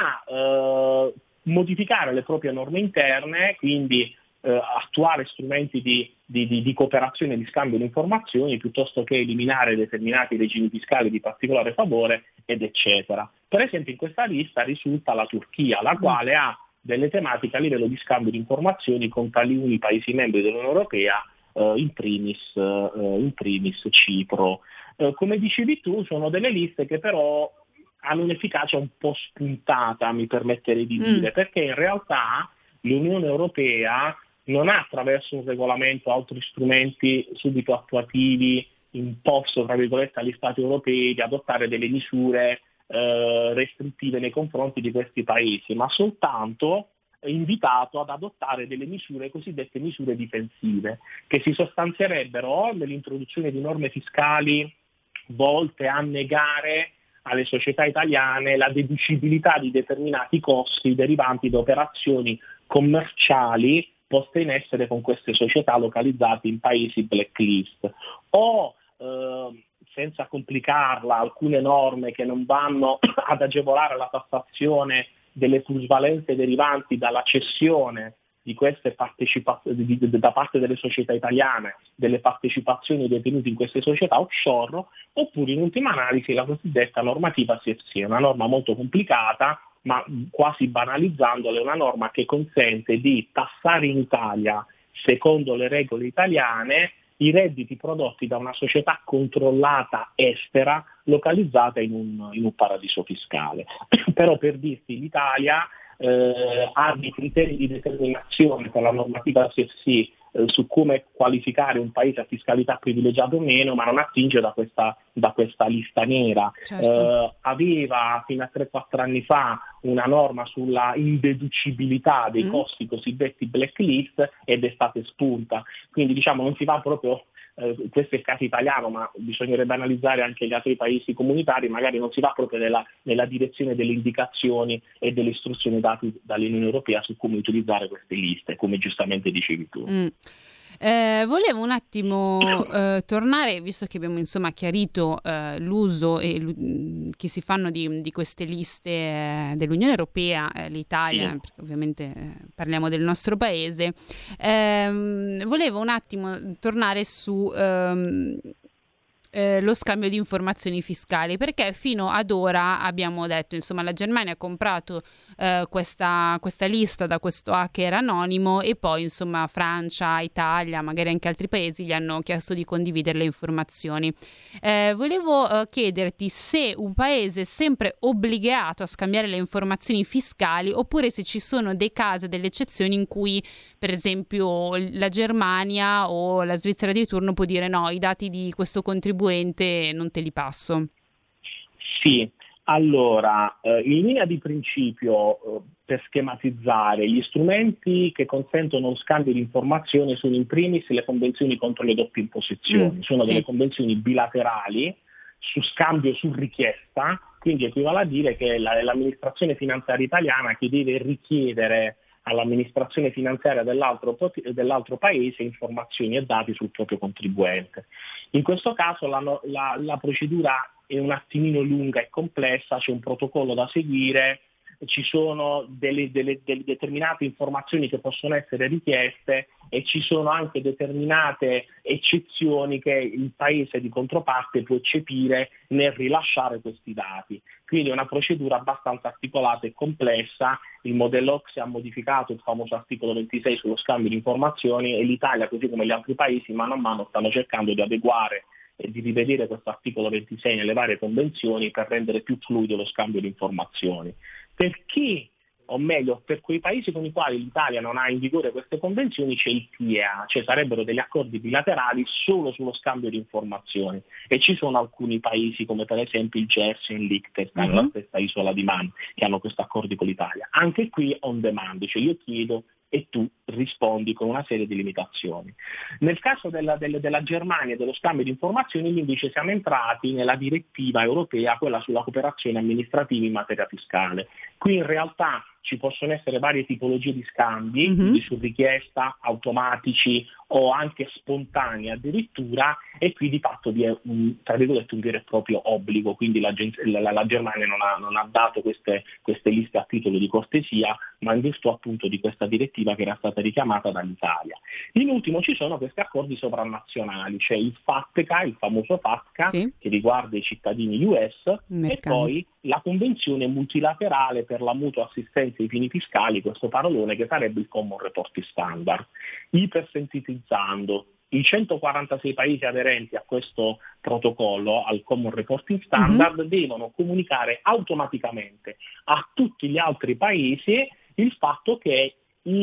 a modificare le proprie norme interne, quindi attuare strumenti di cooperazione e di scambio di informazioni, piuttosto che eliminare determinati regimi fiscali di particolare favore ed eccetera. Per esempio in questa lista risulta la Turchia, la quale ha delle tematiche a livello di scambio di informazioni con taluni paesi membri dell'Unione Europea, in primis Cipro. Come dicevi tu, sono delle liste che però hanno un'efficacia un po' spuntata, mi permetterei di dire, perché in realtà l'Unione Europea non ha, attraverso un regolamento o altri strumenti subito attuativi, imposto tra virgolette agli Stati europei di adottare delle misure restrittive nei confronti di questi paesi, ma soltanto invitato ad adottare delle misure, cosiddette misure difensive, che si sostanzierebbero nell'introduzione di norme fiscali volte a negare alle società italiane la deducibilità di determinati costi derivanti da operazioni commerciali poste in essere con queste società localizzate in paesi blacklist, o senza complicarla, alcune norme che non vanno ad agevolare la tassazione delle plusvalenze derivanti dalla cessione di queste da parte delle società italiane, delle partecipazioni detenute in queste società offshore, oppure in ultima analisi la cosiddetta normativa CFC, una norma molto complicata, ma quasi banalizzandola, è una norma che consente di tassare in Italia, secondo le regole italiane, i redditi prodotti da una società controllata estera localizzata in un paradiso fiscale. Però, per dirti, l'Italia ha dei criteri di determinazione per la normativa CFC su come qualificare un paese a fiscalità privilegiata o meno, ma non attinge da questa lista nera. Certo. Aveva fino a 3-4 anni fa una norma sulla indeducibilità dei costi cosiddetti blacklist ed è stata espunta. Quindi non si va proprio, questo è il caso italiano, ma bisognerebbe analizzare anche gli altri paesi comunitari, magari non si va proprio nella direzione delle indicazioni e delle istruzioni date dall'Unione Europea su come utilizzare queste liste, come giustamente dicevi tu. Volevo un attimo tornare, visto che abbiamo insomma chiarito l'uso che si fanno di queste liste dell'Unione Europea, l'Italia, Sì. perché ovviamente parliamo del nostro paese. Volevo un attimo tornare su lo scambio di informazioni fiscali, perché fino ad ora abbiamo detto, insomma, la Germania ha comprato questa lista da questo hacker anonimo e poi, insomma, Francia, Italia, magari anche altri paesi gli hanno chiesto di condividere le informazioni. Volevo chiederti se un paese è sempre obbligato a scambiare le informazioni fiscali oppure se ci sono dei casi, delle eccezioni in cui, per esempio, la Germania o la Svizzera di turno può dire no, i dati di questo contribuente non te li passo. Sì, allora, in linea di principio, per schematizzare, gli strumenti che consentono lo scambio di informazioni sono in primis le convenzioni contro le doppie imposizioni, sono delle convenzioni bilaterali su scambio su richiesta, quindi equivale a dire che l'amministrazione finanziaria italiana che deve richiedere all'amministrazione finanziaria dell'altro paese informazioni e dati sul proprio contribuente. In questo caso la procedura è un attimino lunga e complessa, c'è un protocollo da seguire, ci sono delle determinate informazioni che possono essere richieste e ci sono anche determinate eccezioni che il paese di controparte può eccepire nel rilasciare questi dati. Quindi è una procedura abbastanza articolata e complessa. Il modello OCSE ha modificato il famoso articolo 26 sullo scambio di informazioni e l'Italia, così come gli altri paesi, mano a mano stanno cercando di adeguare e di rivedere questo articolo 26 nelle varie convenzioni per rendere più fluido lo scambio di informazioni. Perché, o meglio, per quei paesi con i quali l'Italia non ha in vigore queste convenzioni c'è il TEA, cioè sarebbero degli accordi bilaterali solo sullo scambio di informazioni e ci sono alcuni paesi come per esempio il Jersey e il Liechtenstein, la stessa isola di Man, che hanno questi accordi con l'Italia. Anche qui on demand, cioè io chiedo e tu rispondi con una serie di limitazioni. Nel caso della Germania e dello scambio di informazioni invece siamo entrati nella direttiva europea, quella sulla cooperazione amministrativa in materia fiscale. Qui in realtà ci possono essere varie tipologie di scambi, quindi su richiesta, automatici o anche spontanei addirittura, e qui di fatto vi è un vero e proprio obbligo, quindi la Germania non ha dato queste liste a titolo di cortesia, ma in virtù appunto di questa direttiva che era stata richiamata dall'Italia. In ultimo ci sono questi accordi sovranazionali, cioè il FATCA, il famoso FATCA, che riguarda i cittadini US, e poi la Convenzione multilaterale per la mutua assistenza ai fini fiscali, questo parolone che sarebbe il Common Reporting Standard. Ipersintetizzando, i 146 paesi aderenti a questo protocollo, al Common Reporting Standard, devono comunicare automaticamente a tutti gli altri paesi il fatto che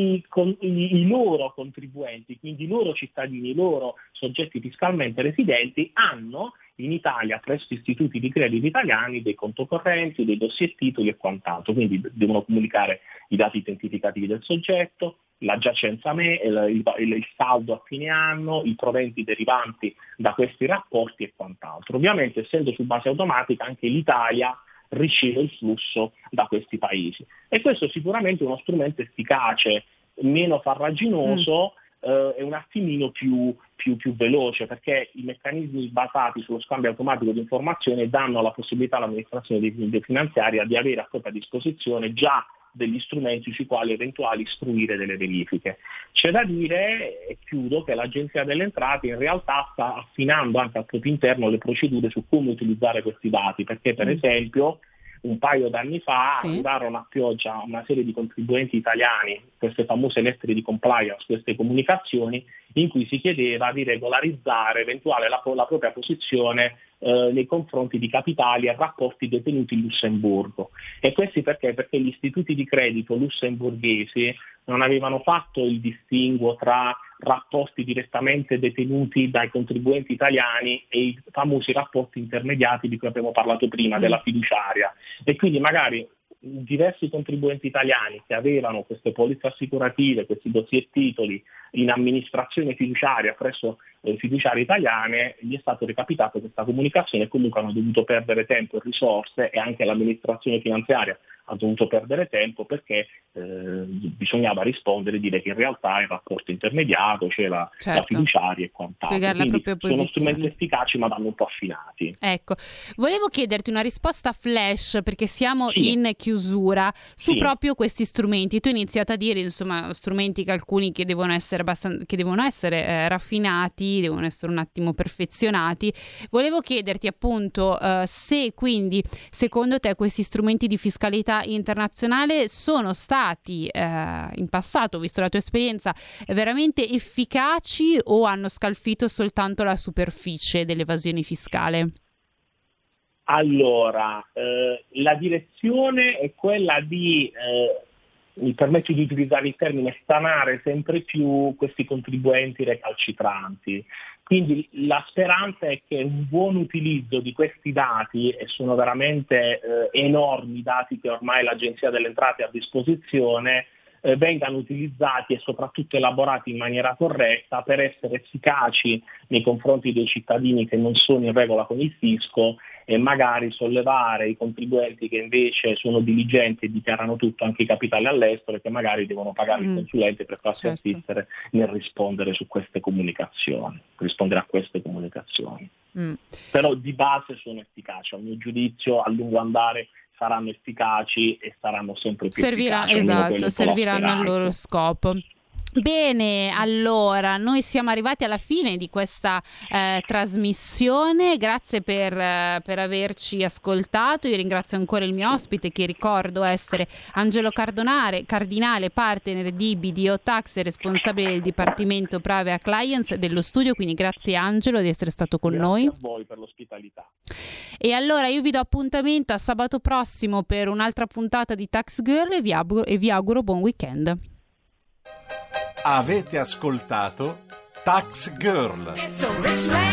i loro contribuenti, quindi i loro cittadini, i loro soggetti fiscalmente residenti, hanno in Italia presso istituti di credito italiani dei conto correnti, dei dossier titoli e quant'altro, quindi devono comunicare i dati identificativi del soggetto, la giacenza il saldo a fine anno, i proventi derivanti da questi rapporti e quant'altro. Ovviamente, essendo su base automatica, anche l'Italia riceve il flusso da questi paesi. E questo è sicuramente uno strumento efficace, meno farraginoso, è un attimino più veloce, perché i meccanismi basati sullo scambio automatico di informazioni danno la possibilità all'amministrazione finanziaria di avere a propria disposizione già degli strumenti sui quali eventuali istruire delle verifiche. C'è da dire, e chiudo, che l'Agenzia delle Entrate in realtà sta affinando anche al proprio interno le procedure su come utilizzare questi dati, perché per esempio un paio d'anni fa arrivarono a pioggia una serie di contribuenti italiani, queste famose lettere di compliance, queste comunicazioni in cui si chiedeva di regolarizzare eventuale la propria posizione nei confronti di capitali e rapporti detenuti in Lussemburgo. E questi perché? Perché gli istituti di credito lussemburghesi non avevano fatto il distinguo tra rapporti direttamente detenuti dai contribuenti italiani e i famosi rapporti intermediati di cui abbiamo parlato prima, della fiduciaria. E quindi magari diversi contribuenti italiani che avevano queste polizze assicurative, questi dossier titoli in amministrazione fiduciaria presso fiduciarie italiane, gli è stato recapitato questa comunicazione e comunque hanno dovuto perdere tempo e risorse, e anche l'amministrazione finanziaria ha dovuto perdere tempo perché bisognava rispondere e dire che in realtà il rapporto intermediato, c'è la fiduciaria e quant'altro. Quindi sono strumenti efficaci ma vanno un po' affinati. Ecco, volevo chiederti una risposta flash, perché siamo in chiusura, su proprio questi strumenti. Tu hai iniziato a dire, insomma, strumenti che alcuni che devono essere raffinati, devono essere un attimo perfezionati. Volevo chiederti appunto se quindi secondo te questi strumenti di fiscalità internazionale sono stati in passato, visto la tua esperienza, veramente efficaci o hanno scalfito soltanto la superficie dell'evasione fiscale? Allora, la direzione è quella di, mi permetto di utilizzare il termine, stanare sempre più questi contribuenti recalcitranti. Quindi la speranza è che un buon utilizzo di questi dati, e sono veramente enormi dati che ormai l'Agenzia delle Entrate ha a disposizione, vengano utilizzati e soprattutto elaborati in maniera corretta per essere efficaci nei confronti dei cittadini che non sono in regola con il fisco e magari sollevare i contribuenti che invece sono diligenti e dichiarano tutto, anche i capitali all'estero, e che magari devono pagare il consulente per farsi assistere nel rispondere su queste comunicazioni, rispondere a queste comunicazioni. Però di base sono efficaci, a mio giudizio a lungo andare saranno efficaci e saranno sempre più efficaci. Serviranno al loro scopo. Bene, allora noi siamo arrivati alla fine di questa trasmissione. Grazie per averci ascoltato. Io ringrazio ancora il mio ospite, che ricordo essere Angelo Cardinale, partner di BDO Tax e responsabile del Dipartimento Private Clients dello studio. Quindi grazie Angelo di essere stato con noi. Grazie a voi per l'ospitalità. E allora io vi do appuntamento a sabato prossimo per un'altra puntata di Tax Girl e vi auguro buon weekend. Avete ascoltato Tax Girl. It's a rich man.